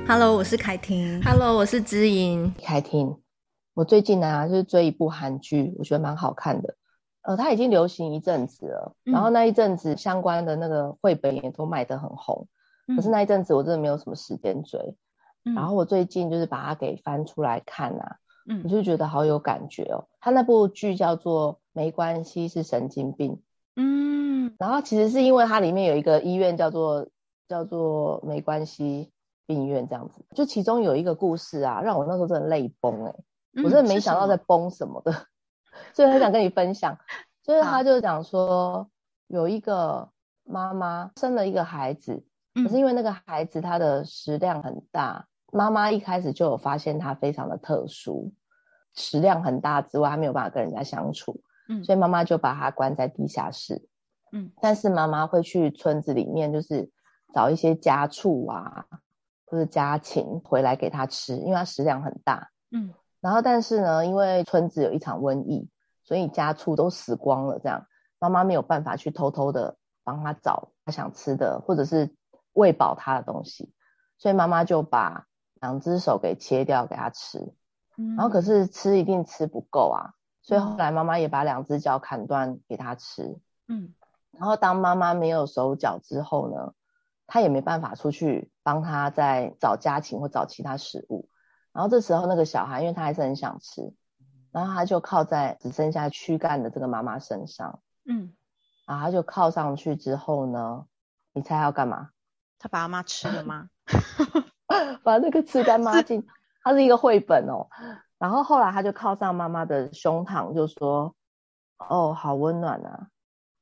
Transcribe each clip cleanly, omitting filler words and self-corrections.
Hello，我是凯婷。 Hello，我是知音。 凯婷，我最近就是追一部韩剧，我觉得蛮好看的。它已经流行一阵子了，然后那一阵子相关的那个绘本也都卖得很红，可是那一阵子我真的没有什么时间追。然后我最近就是把它给翻出来看啊，我就觉得好有感觉哦。它那部剧叫做《没关系是神经病》，然后其实是因为它里面有一个医院叫做没关系病院这样子，就其中有一个故事啊，让我那时候真的泪崩我真的没想到在崩什么的，所以很想跟你分享。就是他就讲说，有一个妈妈生了一个孩子，可是因为那个孩子他的食量很大，妈妈一开始就有发现他非常的特殊，食量很大之外，他没有办法跟人家相处，所以妈妈就把他关在地下室。但是妈妈会去村子里面，就是找一些家畜啊，或者家禽回来给他吃，因为他食量很大。然后但是呢，因为村子有一场瘟疫，所以家畜都死光了，这样妈妈没有办法去偷偷的帮他找他想吃的，或者是喂饱他的东西，所以妈妈就把2只手给切掉给他吃。然后可是吃一定吃不够啊，所以后来妈妈也把2只脚砍断给他吃。然后当妈妈没有手脚之后呢，她也没办法出去帮他再找家禽或找其他食物。然后这时候那个小孩因为他还是很想吃，然后他就靠在只剩下躯干的这个妈妈身上。然后他就靠上去之后呢，你猜要干嘛？ 他把阿妈吃了吗？ 把那个吃干抹净。它是一个绘本哦。然后后来他就靠上妈妈的胸膛就说，哦好温暖啊。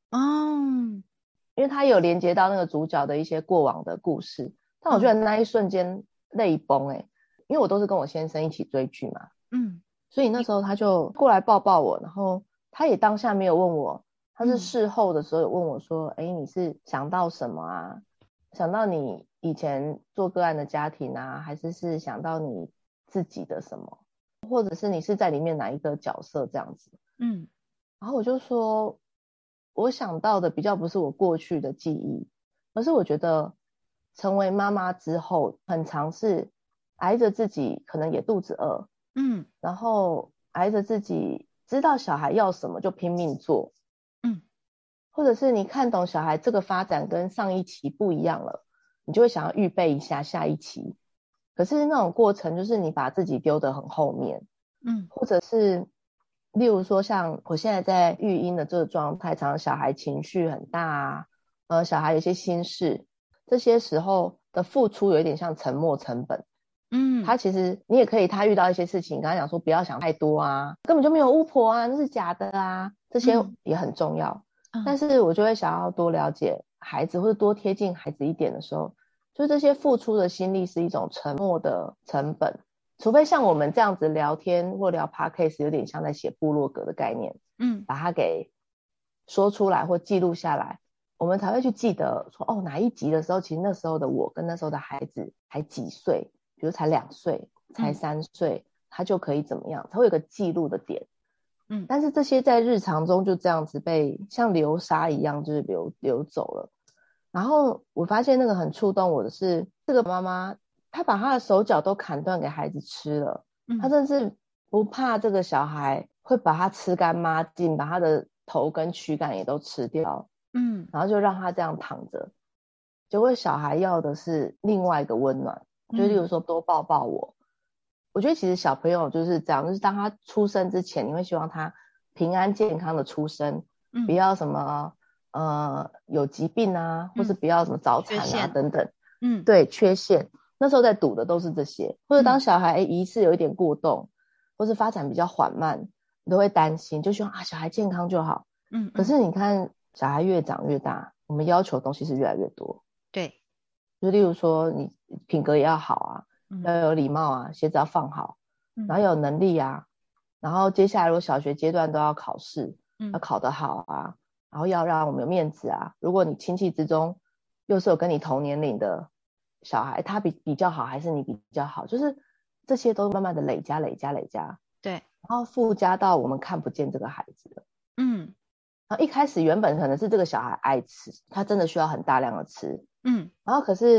因为他有连接到那个主角的一些过往的故事。但我觉得那一瞬间泪崩因为我都是跟我先生一起追剧嘛。所以那时候他就过来抱抱我，然后他也当下没有问我，他是事后的时候有问我说，你是想到什么啊？想到你以前做个案的家庭啊，还是想到你自己的什么，或者是你是在里面哪一个角色这样子。然后我就说，我想到的比较不是我过去的记忆，而是我觉得成为妈妈之后很常是挨着自己可能也肚子饿，然后挨着自己知道小孩要什么就拼命做，或者是你看懂小孩这个发展跟上一期不一样了，你就会想要预备一下下一期。可是那种过程就是你把自己丢得很后面，或者是例如说像我现在在育婴的这个状态，常常小孩情绪很大小孩有些心事，这些时候的付出有一点像沉没成本。他其实你也可以，他遇到一些事情，跟他讲说不要想太多啊，根本就没有巫婆啊，那是假的啊，这些也很重要。但是我就会想要多了解孩子，或者多贴近孩子一点的时候，就这些付出的心力是一种沉默的成本。除非像我们这样子聊天或聊 podcast 有点像在写部落格的概念，把它给说出来或记录下来，我们才会去记得说哪一集的时候，其实那时候的我跟那时候的孩子还几岁，比如才2岁才3岁，他就可以怎么样，才会有个记录的点。但是这些在日常中就这样子被像流沙一样就是流走了。然后我发现那个很触动我的是，这个妈妈她把她的手脚都砍断给孩子吃了，她真是不怕这个小孩会把他吃干抹净，把他的头跟躯干也都吃掉，然后就让他这样躺着。结果小孩要的是另外一个温暖，就例如说多抱抱我。我觉得其实小朋友就是这样，就是当他出生之前，你会希望他平安健康的出生，不要什么有疾病啊，或是不要什么早产啊等等。对，缺陷。那时候在赌的都是这些，或者当小孩疑似有一点过动，或是发展比较缓慢，你都会担心，就希望小孩健康就好。可是你看小孩越长越大，我们要求的东西是越来越多。 对， 就例如说你品格也要好啊，要有礼貌啊，鞋子要放好，然后要有能力啊，然后接下来如果小学阶段都要考试，要考得好啊，然后要让我们有面子啊。如果你亲戚之中又是有跟你同年龄的小孩，他比较好还是你比较好，就是这些都慢慢的累加， 对， 然后附加到我们看不见这个孩子了。然后一开始原本可能是这个小孩爱吃，他真的需要很大量的吃，然后可是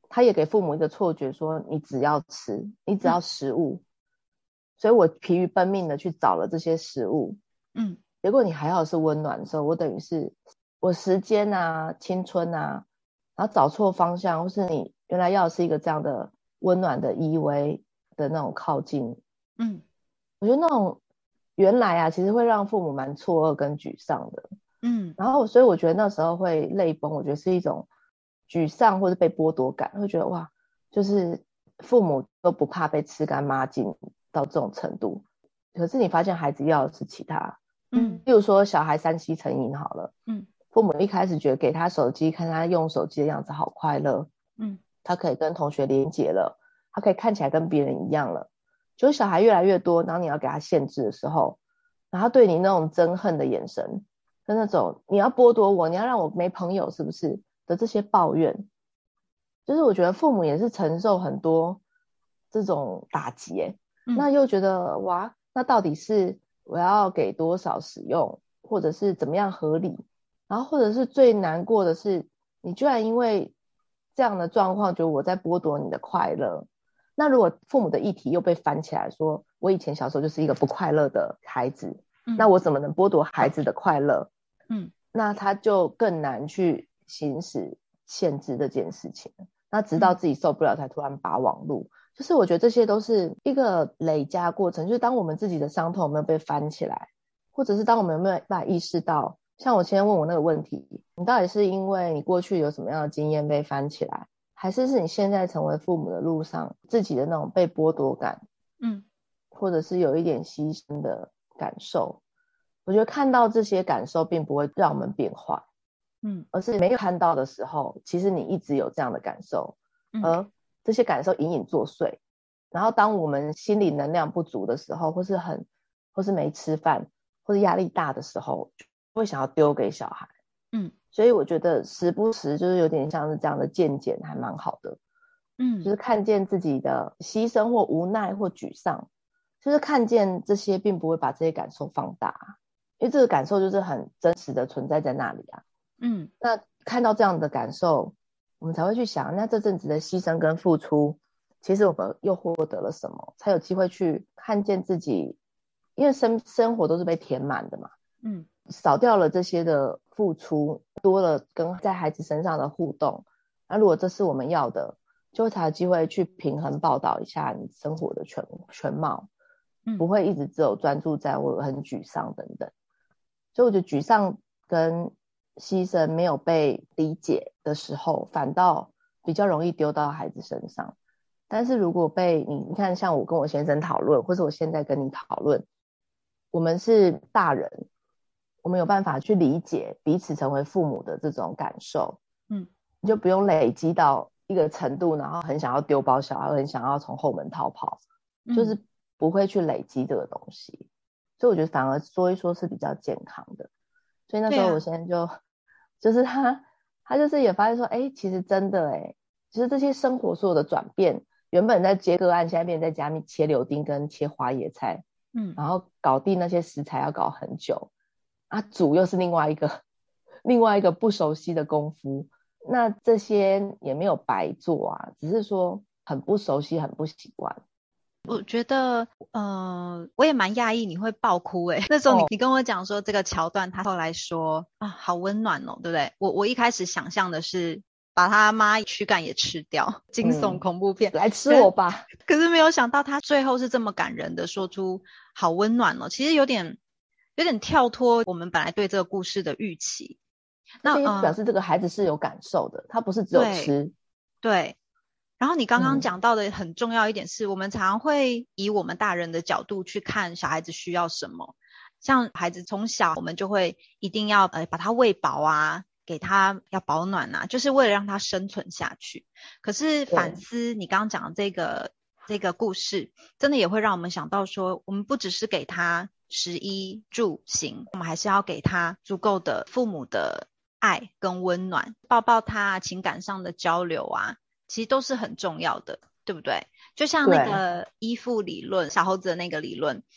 他也给父母一个错觉，说你只要吃，你只要食物，所以我疲于奔命的去找了这些食物，结果你还好是温暖的时候，我等于是我时间啊、青春啊，然后找错方向，或是你原来要的是一个这样的温暖的依偎的那种靠近，我觉得那种原来啊，其实会让父母蛮错愕跟沮丧的，然后所以我觉得那时候会泪崩，我觉得是一种沮丧或者被剥夺感，会觉得哇，就是父母都不怕被吃干抹净到这种程度，可是你发现孩子要的是其他，例如说小孩3C成瘾好了，父母一开始觉得给他手机，看他用手机的样子好快乐，他可以跟同学连结了，他可以看起来跟别人一样了，就是小孩越来越多，然后你要给他限制的时候，然后对你那种憎恨的眼神跟那种你要剥夺我，你要让我没朋友是不是的这些抱怨，就是我觉得父母也是承受很多这种打击耶，那又觉得哇，那到底是我要给多少使用，或者是怎么样合理，然后或者是最难过的是你居然因为这样的状况觉得我在剥夺你的快乐，那如果父母的议题又被翻起来说我以前小时候就是一个不快乐的孩子，那我怎么能剥夺孩子的快乐，那他就更难去行使限制这件事情，那直到自己受不了才突然拔网路，就是我觉得这些都是一个累加过程，就是当我们自己的伤痛有没有被翻起来，或者是当我们有没有办法意识到，像我先问我那个问题，你到底是因为你过去有什么样的经验被翻起来，还是你现在成为父母的路上自己的那种被剥夺感，或者是有一点牺牲的感受，我觉得看到这些感受并不会让我们变坏，而是没有看到的时候，其实你一直有这样的感受，而这些感受隐隐作祟，然后当我们心理能量不足的时候，或是没吃饭，或是压力大的时候，就会想要丢给小孩，所以我觉得时不时就是有点像是这样的渐渐还蛮好的，就是看见自己的牺牲或无奈或沮丧，就是看见这些并不会把这些感受放大，因为这个感受就是很真实的存在在那里啊，那看到这样的感受，我们才会去想，那这阵子的牺牲跟付出，其实我们又获得了什么，才有机会去看见自己，因为生活都是被填满的嘛，少掉了这些的付出，多了跟在孩子身上的互动，那如果这是我们要的，就才有机会去平衡报道一下你生活的全貌，不会一直只有专注在我很沮丧等等，所以我觉得沮丧跟牺牲没有被理解的时候，反倒比较容易丢到孩子身上，但是如果被你看像我跟我先生讨论，或者我现在跟你讨论，我们是大人，我们有办法去理解彼此成为父母的这种感受，你就不用累积到一个程度，然后很想要丢包小孩，很想要从后门逃跑，就是不会去累积这个东西，所以我觉得反而说一说是比较健康的，所以那时候我先生就是他就是也发现说，其实真的其实这些生活所有的转变，原本在接个案，现在变成在家里切柳丁跟切花椰菜，然后搞定那些食材要搞很久，煮又是另外一个不熟悉的功夫，那这些也没有白做啊，只是说很不熟悉，很不习惯。 我觉得我也蛮讶异你会爆哭那时候你跟我讲说这个桥段，他后来说好温暖哦，对不对？我一开始想象的是把他妈躯干也吃掉，惊悚恐怖片， 来吃我吧。 可是没有想到他最后是这么感人的说出好温暖哦，其实有点跳脱我们本来对这个故事的预期， 那表示这个孩子是有感受的，他不是只有吃。 对。然后你刚刚讲到的很重要一点是，我们常会以我们大人的角度去看小孩子需要什么，像孩子从小我们就会一定要把他喂饱啊，给他要保暖啊，就是为了让他生存下去。可是反思你刚刚讲的这个故事，真的也会让我们想到说，我们不只是给他食衣住行，我们还是要给他足够的父母的爱跟温暖，抱抱他，情感上的交流啊，其实都是很重要的，对不对？就像那个依附理论，小猴子的那个理论，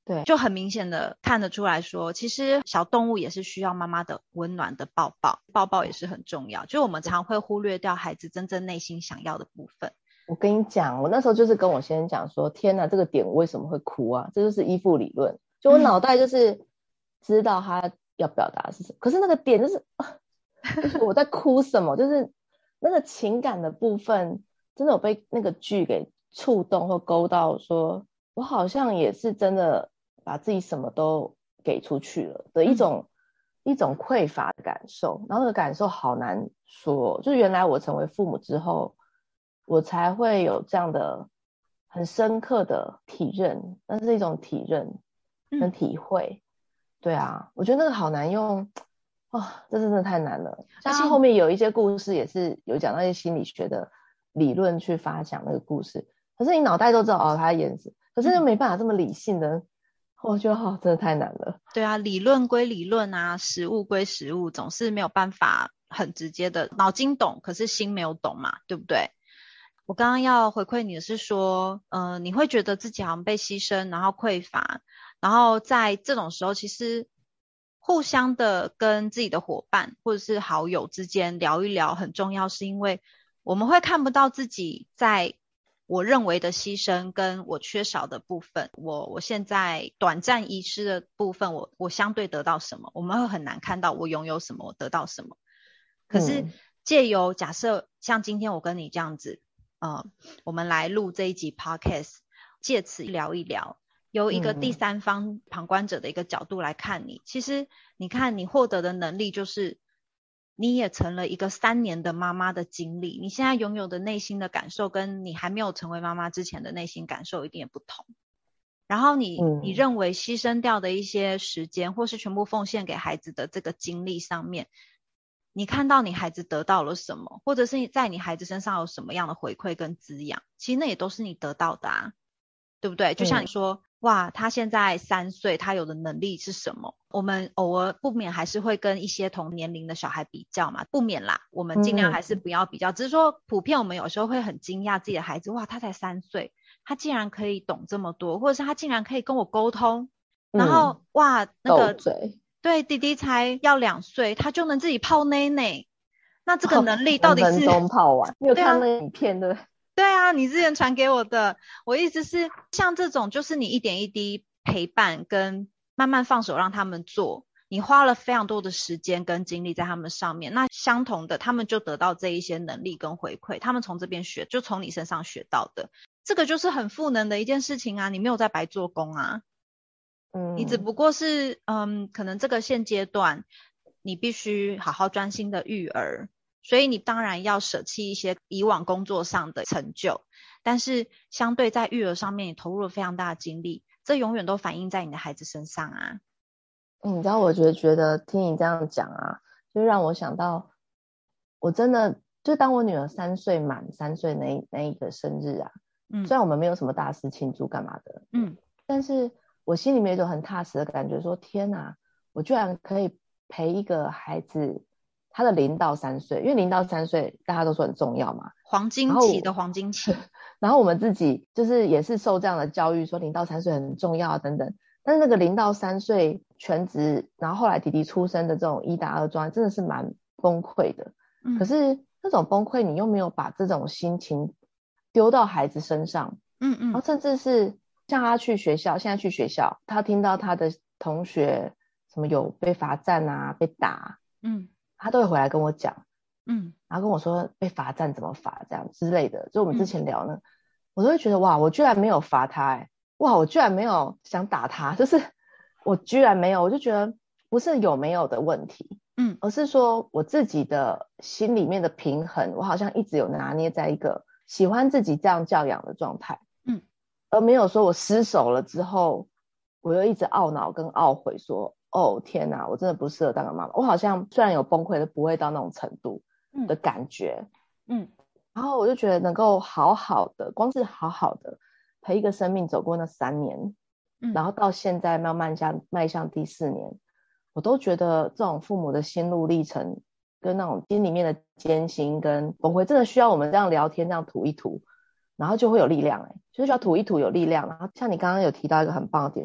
对， 就很明显的看得出来说，其实小动物也是需要妈妈的温暖的抱抱，抱抱也是很重要，就我们常会忽略掉孩子真正内心想要的部分。 我跟你讲，我那时候就是跟我先生讲说，天哪，这个点为什么会哭啊？这就是依附理论，就我脑袋就是知道他要表达的是什么，可是那个点就是就是我在哭什么，就是那个情感的部分真的有被那个剧给触动或勾到，说我好像也是真的把自己什么都给出去了的一种匮乏的感受，然后那个感受好难说，就是原来我成为父母之后，我才会有这样的很深刻的体认，那是一种体认跟体会。对啊，我觉得那个好难用这真的太难了。像他后面有一些故事也是有讲到一些心理学的理论去发想那个故事，可是你脑袋都知道他在演什么，可是又没办法这么理性的，我觉得真的太难了。 对啊，理论归理论啊，实物归实物，总是没有办法很直接的，脑筋懂，可是心没有懂嘛，对不对？我刚刚要回馈你的是说，你会觉得自己好像被牺牲，然后匮乏，然后在这种时候，其实互相的跟自己的伙伴或者是好友之间聊一聊很重要，是因为我们会看不到自己在我认为的牺牲跟我缺少的部分，我现在短暂遗失的部分，我相对得到什么，我们会很难看到我拥有什么，我得到什么。可是借由假设像今天我跟你这样子，我们来录这一集 podcast， 借此聊一聊，由一个第三方旁观者的一个角度来看你，其实你看你获得的能力就是你也成了一个3年的妈妈的经历，你现在拥有的内心的感受跟你还没有成为妈妈之前的内心感受一定也不同。然后你认为牺牲掉的一些时间或是全部奉献给孩子的这个经历上面，你看到你孩子得到了什么，或者是在你孩子身上有什么样的回馈跟滋养，其实那也都是你得到的啊，对不对？就像你说，哇，他现在3岁，他有的能力是什么？我们偶尔不免还是会跟一些同年龄的小孩比较嘛，不免啦，我们尽量还是不要比较，只是说普遍我们有时候会很惊讶自己的孩子，哇，他才3岁，他竟然可以懂这么多，或者是他竟然可以跟我沟通，然后哇，那个对，弟弟才要2岁，他就能自己泡奶奶，那这个能力到底是分钟泡完？你有看那个影片对不对？ 对啊，你之前传给我的，我意思是像这种就是你一点一滴陪伴跟慢慢放手让他们做，你花了非常多的时间跟精力在他们上面，那相同的他们就得到这一些能力跟回馈，他们从这边学，就从你身上学到的，这个就是很赋能的一件事情啊，你没有在白做工啊。你只不过是可能这个现阶段你必须好好专心的育儿，所以你当然要舍弃一些以往工作上的成就，但是相对在育儿上面你投入了非常大的精力，这永远都反映在你的孩子身上啊。 你知道我觉得听你这样讲啊，就让我想到我真的就当我女儿3岁满3岁那一个生日啊，虽然我们没有什么大事庆祝干嘛的，但是我心里面有一种很踏实的感觉，说天哪，我居然可以陪一个孩子，他的0到3岁，因为0到3岁大家都说很重要嘛， 黄金期的黄金期。 然后我们自己就是也是受这样的教育，说0到3岁很重要等等。但是那个0到3岁全职，然后后来弟弟出生的这种1打2状态，真的是蛮崩溃的。可是那种崩溃，你又没有把这种心情丢到孩子身上，然后甚至是像他去学校，现在去学校，他听到他的同学什么有被罚站啊，被打，他都会回来跟我讲，然后跟我说被罚站怎么罚这样之类的，就我们之前聊呢，我都会觉得哇，我居然没有罚他哇，我居然没有想打他，就是我居然没有，我就觉得不是有没有的问题，而是说我自己的心里面的平衡，我好像一直有拿捏在一个喜欢自己这样教养的状态，而没有说我失手了之后，我又一直懊恼跟懊悔说，哦天哪，我真的不适合当个妈妈。我好像虽然有崩溃，都不会到那种程度的感觉，然后我就觉得能够好好的，光是好好的陪一个生命走过那3年，然后到现在慢慢迈向第4年，我都觉得这种父母的心路历程跟那种心里面的艰辛跟崩溃，真的需要我们这样聊天，这样吐一吐，然后就会有力量就是要吐一吐有力量。然后像你刚刚有提到一个很棒的点是，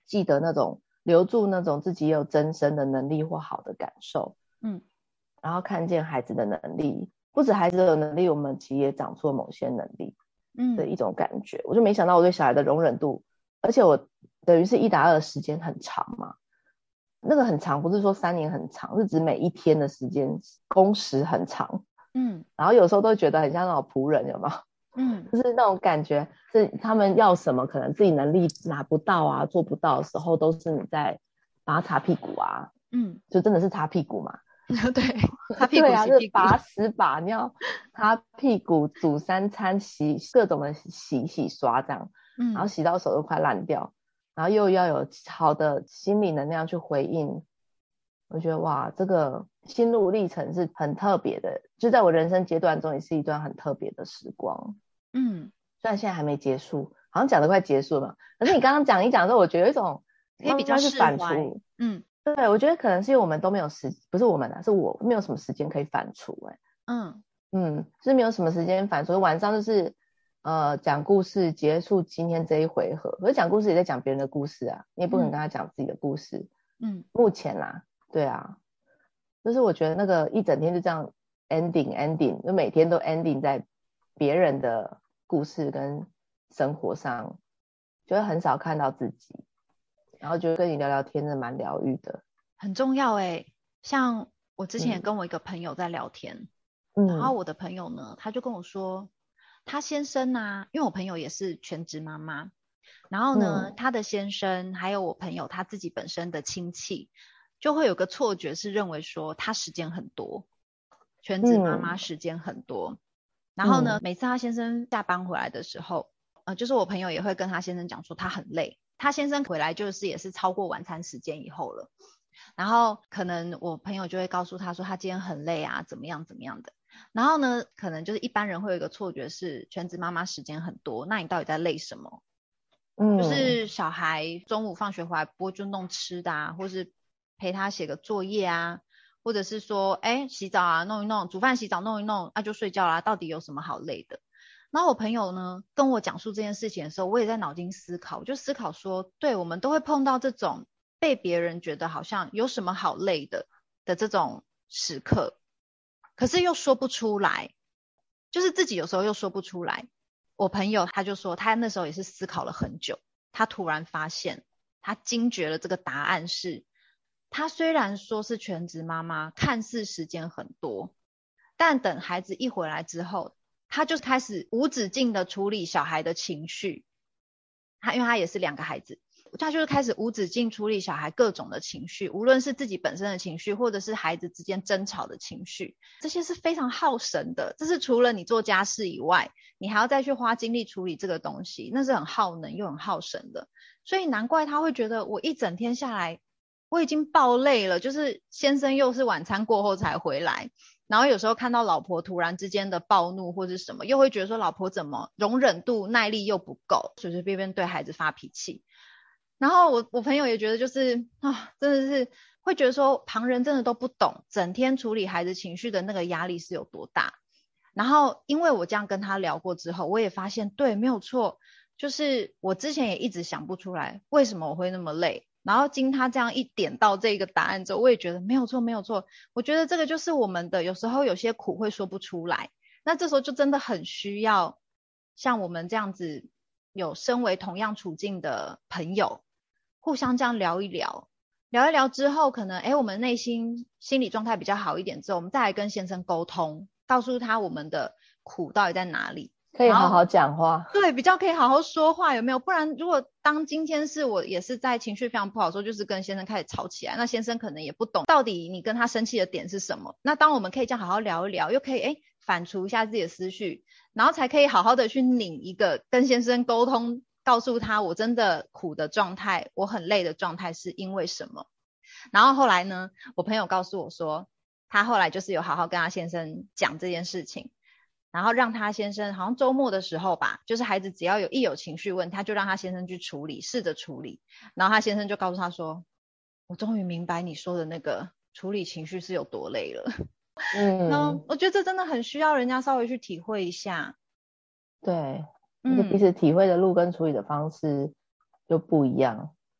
记得那种留住那种自己有增生的能力或好的感受，然后看见孩子的能力，不止孩子的能力，我们其实也长出了某些能力的一种感觉。我就没想到我对小孩的容忍度，而且我等于是1打2的时间很长嘛，那个很长不是说3年很长，是指每一天的时间工时很长，然后有时候都觉得很像那种仆人，有没有？就是那种感觉是他们要什么可能自己能力拿不到啊，做不到的时候，都是你在帮他擦屁股啊，就真的是擦屁股嘛。 对，擦屁股， 对啊， 洗屁股， 就是把屎把尿擦屁股，煮3餐，洗各种的洗刷这样，然后洗到手都快烂掉，然后又要有好的心理能量去回应。我觉得哇，这个心路历程是很特别的，就在我人生阶段中也是一段很特别的时光。虽然现在还没结束，好像讲得快结束了，可是你刚刚讲一讲之后，我觉得有一种可以比较是反刍。对，我觉得可能是因为我们都没有不是我们啊，是我没有什么时间可以反刍。是没有什么时间反刍，晚上就是讲故事结束今天这一回合，可是讲故事也在讲别人的故事啊，你也不可能跟他讲自己的故事。目前啦，对啊，就是我觉得那个一整天就这样 ending， 就每天都 ending 在别人的故事跟生活上，就会很少看到自己，然后就跟你聊聊天，真的蛮疗愈的， 很重要欸。像我之前也跟我一个朋友在聊天，然后我的朋友呢，他就跟我说，他先生啊，因为我朋友也是全职妈妈，然后呢，他的先生还有我朋友他自己本身的亲戚，就会有个错觉是认为说他时间很多，全职妈妈时间很多，然后呢，每次他先生下班回来的时候，就是我朋友也会跟他先生讲说他很累，他先生回来就是也是超过晚餐时间以后了，然后可能我朋友就会告诉他说他今天很累啊，怎么样怎么样的，然后呢，可能就是一般人会有一个错觉是全职妈妈时间很多，那你到底在累什么？就是小孩中午放学回来不会就弄吃的啊，或是陪他写个作业啊，或者是说洗澡啊弄一弄，煮饭洗澡弄一弄就睡觉啦，到底有什么好累的？然后我朋友呢跟我讲述这件事情的时候，我也在脑筋思考，我就思考说，对，我们都会碰到这种被别人觉得好像有什么好累的这种时刻，可是又说不出来，就是自己有时候又说不出来。我朋友他就说他那时候也是思考了很久，他突然发现他惊觉了这个答案是，他虽然说是全职妈妈，看似时间很多，但等孩子一回来之后，他就开始无止境的处理小孩的情绪，因为他也是2个孩子，他就是开始无止境处理小孩各种的情绪，无论是自己本身的情绪，或者是孩子之间争吵的情绪，这些是非常耗神的，这是除了你做家事以外，你还要再去花精力处理这个东西，那是很耗能又很耗神的，所以难怪他会觉得我一整天下来我已经爆累了，就是先生又是晚餐过后才回来，然后有时候看到老婆突然之间的暴怒或是什么，又会觉得说老婆怎么容忍度耐力又不够，随随便便对孩子发脾气。然后我朋友也觉得就是真的是会觉得说旁人真的都不懂整天处理孩子情绪的那个压力是有多大。然后因为我这样跟他聊过之后，我也发现对，没有错，就是我之前也一直想不出来为什么我会那么累，然后经他这样一点到这个答案之后，我也觉得没有错没有错，我觉得这个就是我们的有时候有些苦会说不出来，那这时候就真的很需要像我们这样子有身为同样处境的朋友互相这样聊一聊，聊一聊之后可能我们内心心理状态比较好一点之后，我们再来跟先生沟通，告诉他我们的苦到底在哪里， 可以好好讲话， 对，比较可以好好说话，有没有？不然如果当今天是我也是在情绪非常不好的时候，就是跟先生开始吵起来，那先生可能也不懂到底你跟他生气的点是什么，那当我们可以这样好好聊一聊，又可以反刍一下自己的思绪，然后才可以好好的去拧一个跟先生沟通，告诉他我真的苦的状态，我很累的状态是因为什么。然后后来呢，我朋友告诉我说他后来就是有好好跟他先生讲这件事情，然后让他先生好像周末的时候吧，就是孩子只要一有情绪问他就让他先生去处理，试着处理，然后他先生就告诉他说我终于明白你说的那个处理情绪是有多累了。我觉得这真的很需要人家稍微去体会一下。 对，而且彼此体会的路跟处理的方式就不一样。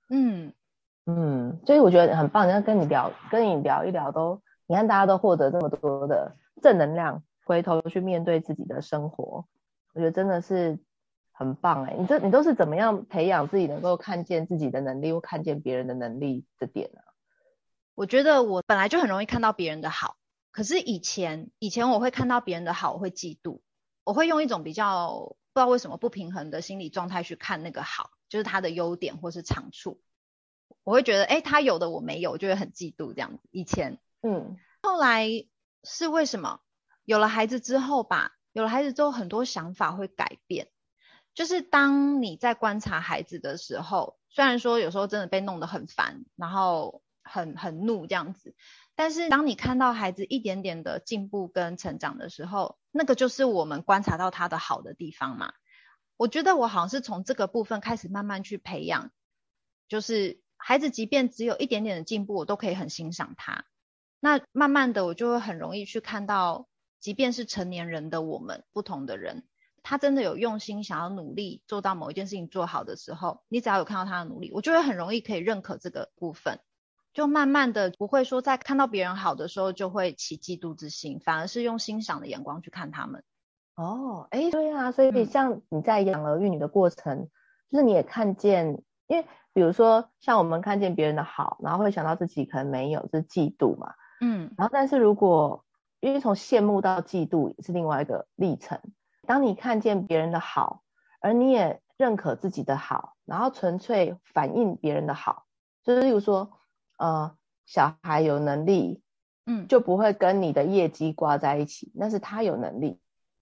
所以我觉得很棒，要跟你聊一聊都，你看大家都获得这么多的正能量，回头去面对自己的生活，我觉得真的是很棒欸。你都是怎么样培养自己能够看见自己的能力或看见别人的能力这点呢？ 我觉得我本来就很容易看到别人的好，可是以前我会看到别人的好，我会嫉妒，我会用一种比较不知道为什么不平衡的心理状态去看那个好，就是他的优点或是长处，我会觉得他有的我没有，我就会很嫉妒这样子。以前后来是为什么？有了孩子之后吧，有了孩子之后很多想法会改变，就是当你在观察孩子的时候，虽然说有时候真的被弄得很烦，然后很怒这样子，但是当你看到孩子一点点的进步跟成长的时候，那个就是我们观察到他的好的地方嘛。我觉得我好像是从这个部分开始慢慢去培养，就是孩子即便只有一点点的进步，我都可以很欣赏他。那慢慢的我就会很容易去看到，即便是成年人的我们，不同的人，他真的有用心想要努力做到某一件事情做好的时候，你只要有看到他的努力，我就会很容易可以认可这个部分，就慢慢的不会说在看到别人好的时候就会起嫉妒之心，反而是用欣赏的眼光去看他们。 对啊，所以像你在养儿育女的过程，就是你也看见，因为比如说像我们看见别人的好，然后会想到自己可能没有，就是嫉妒嘛。然后但是如果因为从羡慕到嫉妒也是另外一个历程，当你看见别人的好，而你也认可自己的好，然后纯粹反映别人的好，就是例如说小孩有能力，就不会跟你的业绩挂在一起，那是他有能力。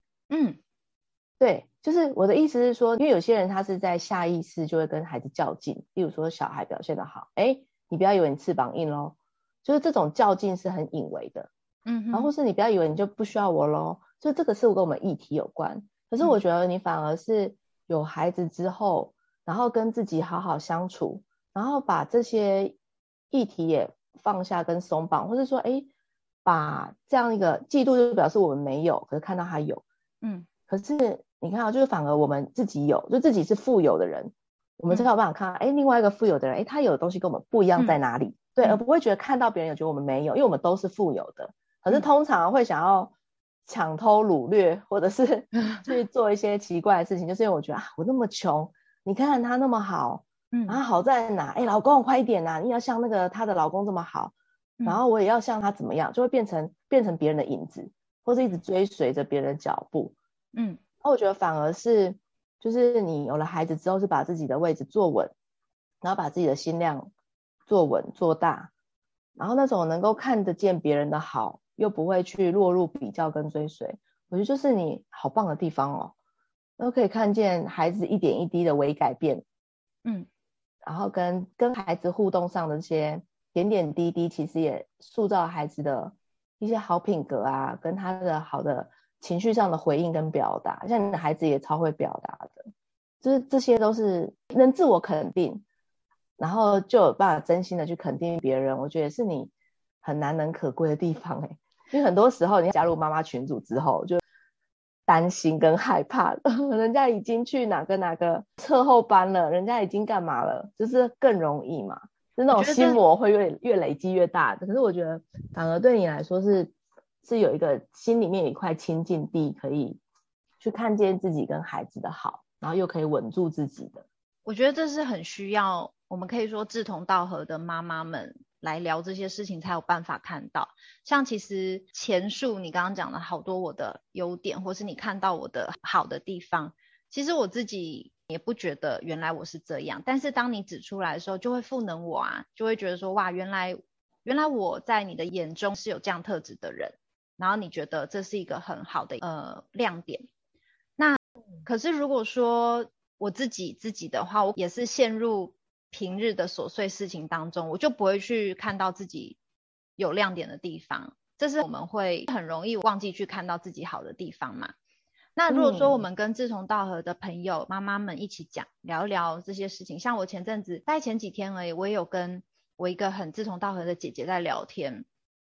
对，就是我的意思是说，因为有些人他是在下意识就会跟孩子较劲，例如说小孩表现得好，你不要以为你翅膀硬咯，就是这种较劲是很隐微的。然后或是你不要以为你就不需要我咯，就这个是跟我们议题有关。可是我觉得你反而是有孩子之后，然后跟自己好好相处，然后把这些议题也放下跟松绑，或是说把这样一个嫉妒就表示我们没有，可是看到他有。可是你看就是反而我们自己有，就自己是富有的人，我们才有办法看到另外一个富有的人，他有的东西跟我们不一样在哪里。对，而不会觉得看到别人有觉得我们没有，因为我们都是富有的。可是通常会想要抢偷掳掠，或者是去做一些奇怪的事情，就是因为我觉得我那么穷，你看他那么好，然后好在哪？老公快一点啊，你要像那个他的老公这么好，然后我也要像他怎么样，就会变成别人的影子，或是一直追随着别人的脚步。然后我觉得反而是就是你有了孩子之后，是把自己的位置坐稳，然后把自己的心量做稳做大，然后那种能够看得见别人的好，又不会去落入比较跟追随，我觉得就是你好棒的地方哦。都可以看见孩子一点一滴的微改变，然后跟孩子互动上的这些点点滴滴，其实也塑造孩子的一些好品格啊，跟他的好的情绪上的回应跟表达。像你的孩子也超会表达的，就是这些都是能自我肯定，然后就有办法真心的去肯定别人，我觉得也是你很难能可贵的地方因为很多时候你加入妈妈群组之后，就担心跟害怕人家已经去哪个课后班了，人家已经干嘛了，就是更容易嘛，就那种心魔会越累积越大的。可是我觉得反而对你来说是有一个心里面有一块清净地，可以去看见自己跟孩子的好，然后又可以稳住自己的。 我觉得这是很需要，我们可以说志同道合的妈妈们来聊这些事情才有办法看到。像其实前述你刚刚讲了好多我的优点，或是你看到我的好的地方，其实我自己也不觉得原来我是这样，但是当你指出来的时候，就会赋能我啊，就会觉得说哇，原来我在你的眼中是有这样特质的人，然后你觉得这是一个很好的亮点。那可是如果说我自己的话，我也是陷入平日的琐碎事情当中，我就不会去看到自己有亮点的地方，这是我们会很容易忘记去看到自己好的地方嘛。那如果说我们跟志同道合的朋友妈妈们一起聊一聊这些事情，像我前阵子大概前几天而已，我也有跟我一个很志同道合的姐姐在聊天，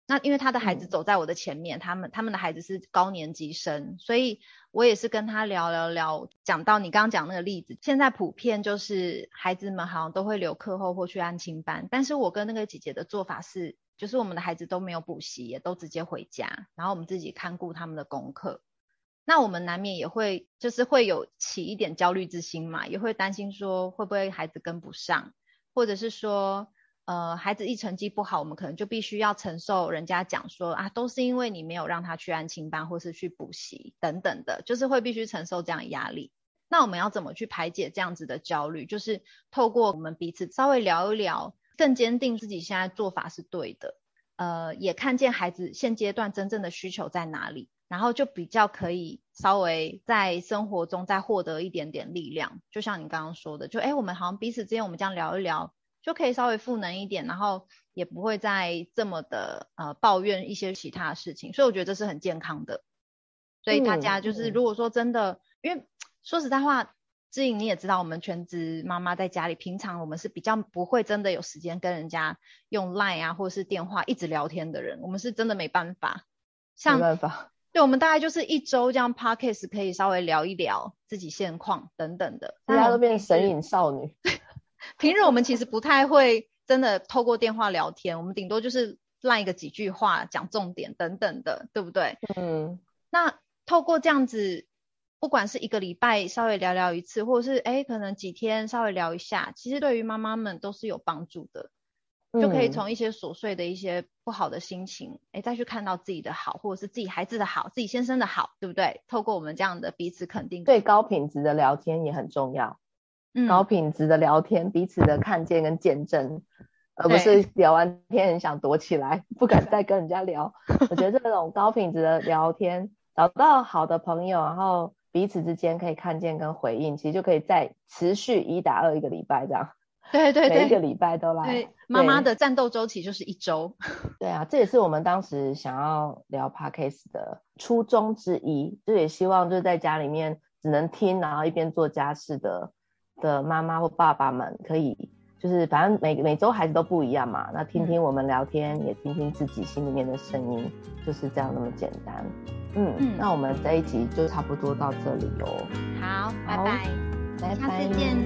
那因为他的孩子走在我的前面，他们的孩子是高年级生，所以我也是跟他聊，讲到你刚刚讲那个例子，现在普遍就是孩子们好像都会留课后或去安亲班，但是我跟那个姐姐的做法是，就是我们的孩子都没有补习，也都直接回家，然后我们自己看顾他们的功课。那我们难免也会就是会有起一点焦虑之心嘛，也会担心说会不会孩子跟不上，或者是说孩子一成绩不好，我们可能就必须要承受人家讲说啊，都是因为你没有让他去安亲班或是去补习等等的，就是会必须承受这样的压力。那我们要怎么去排解这样子的焦虑？就是透过我们彼此稍微聊一聊，更坚定自己现在做法是对的，也看见孩子现阶段真正的需求在哪里，然后就比较可以稍微在生活中再获得一点点力量。就像你刚刚说的，就我们好像彼此之间我们这样聊一聊，就可以稍微赋能一点，然后也不会再这么的抱怨一些其他的事情，所以我觉得这是很健康的。所以大家就是如果说真的，因为说实在话，志颖你也知道，我们全职妈妈在家里，平常我们是比较不会真的有时间跟人家用 LINE 啊或是电话一直聊天的人，我们是真的没办法。 没办法。 对，我们大概就是一周这样 podcast 可以稍微聊一聊自己现况等等的， 大家都变成神隐少女。 平日我们其实不太会真的透过电话聊天，我们顶多就是赖个几句话讲重点等等的，对不对？那透过这样子，不管是一个礼拜稍微聊聊一次，或者是可能几天稍微聊一下，其实对于妈妈们都是有帮助的，就可以从一些琐碎的一些不好的心情再去看到自己的好，或者是自己孩子的好，自己先生的好，对不对？透过我们这样的彼此肯定， 对，高品质的聊天也很重要。高品质的聊天，彼此的看见跟见证，而不是聊完天很想躲起来，不敢再跟人家聊。我觉得这种高品质的聊天，找到好的朋友，然后彼此之间可以看见跟回应，其实就可以再持续1打2一个礼拜这样。 对， 每一个礼拜都来。 对，妈妈的战斗周期就是1周。 对啊，这也是我们当时想要聊 podcast 的初衷之一，就也希望就是在家里面只能听，然后一边做家事的妈妈或爸爸们可以就是反正每周孩子都不一样嘛，那听听我们聊天，也听听自己心里面的声音，就是这样那么简单。那我们这一集就差不多到这里哦。 好，拜拜，下次见。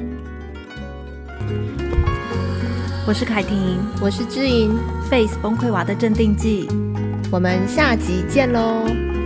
我是凯婷， 我是知莹， Face 崩溃娃的镇定剂， 我们下集见咯。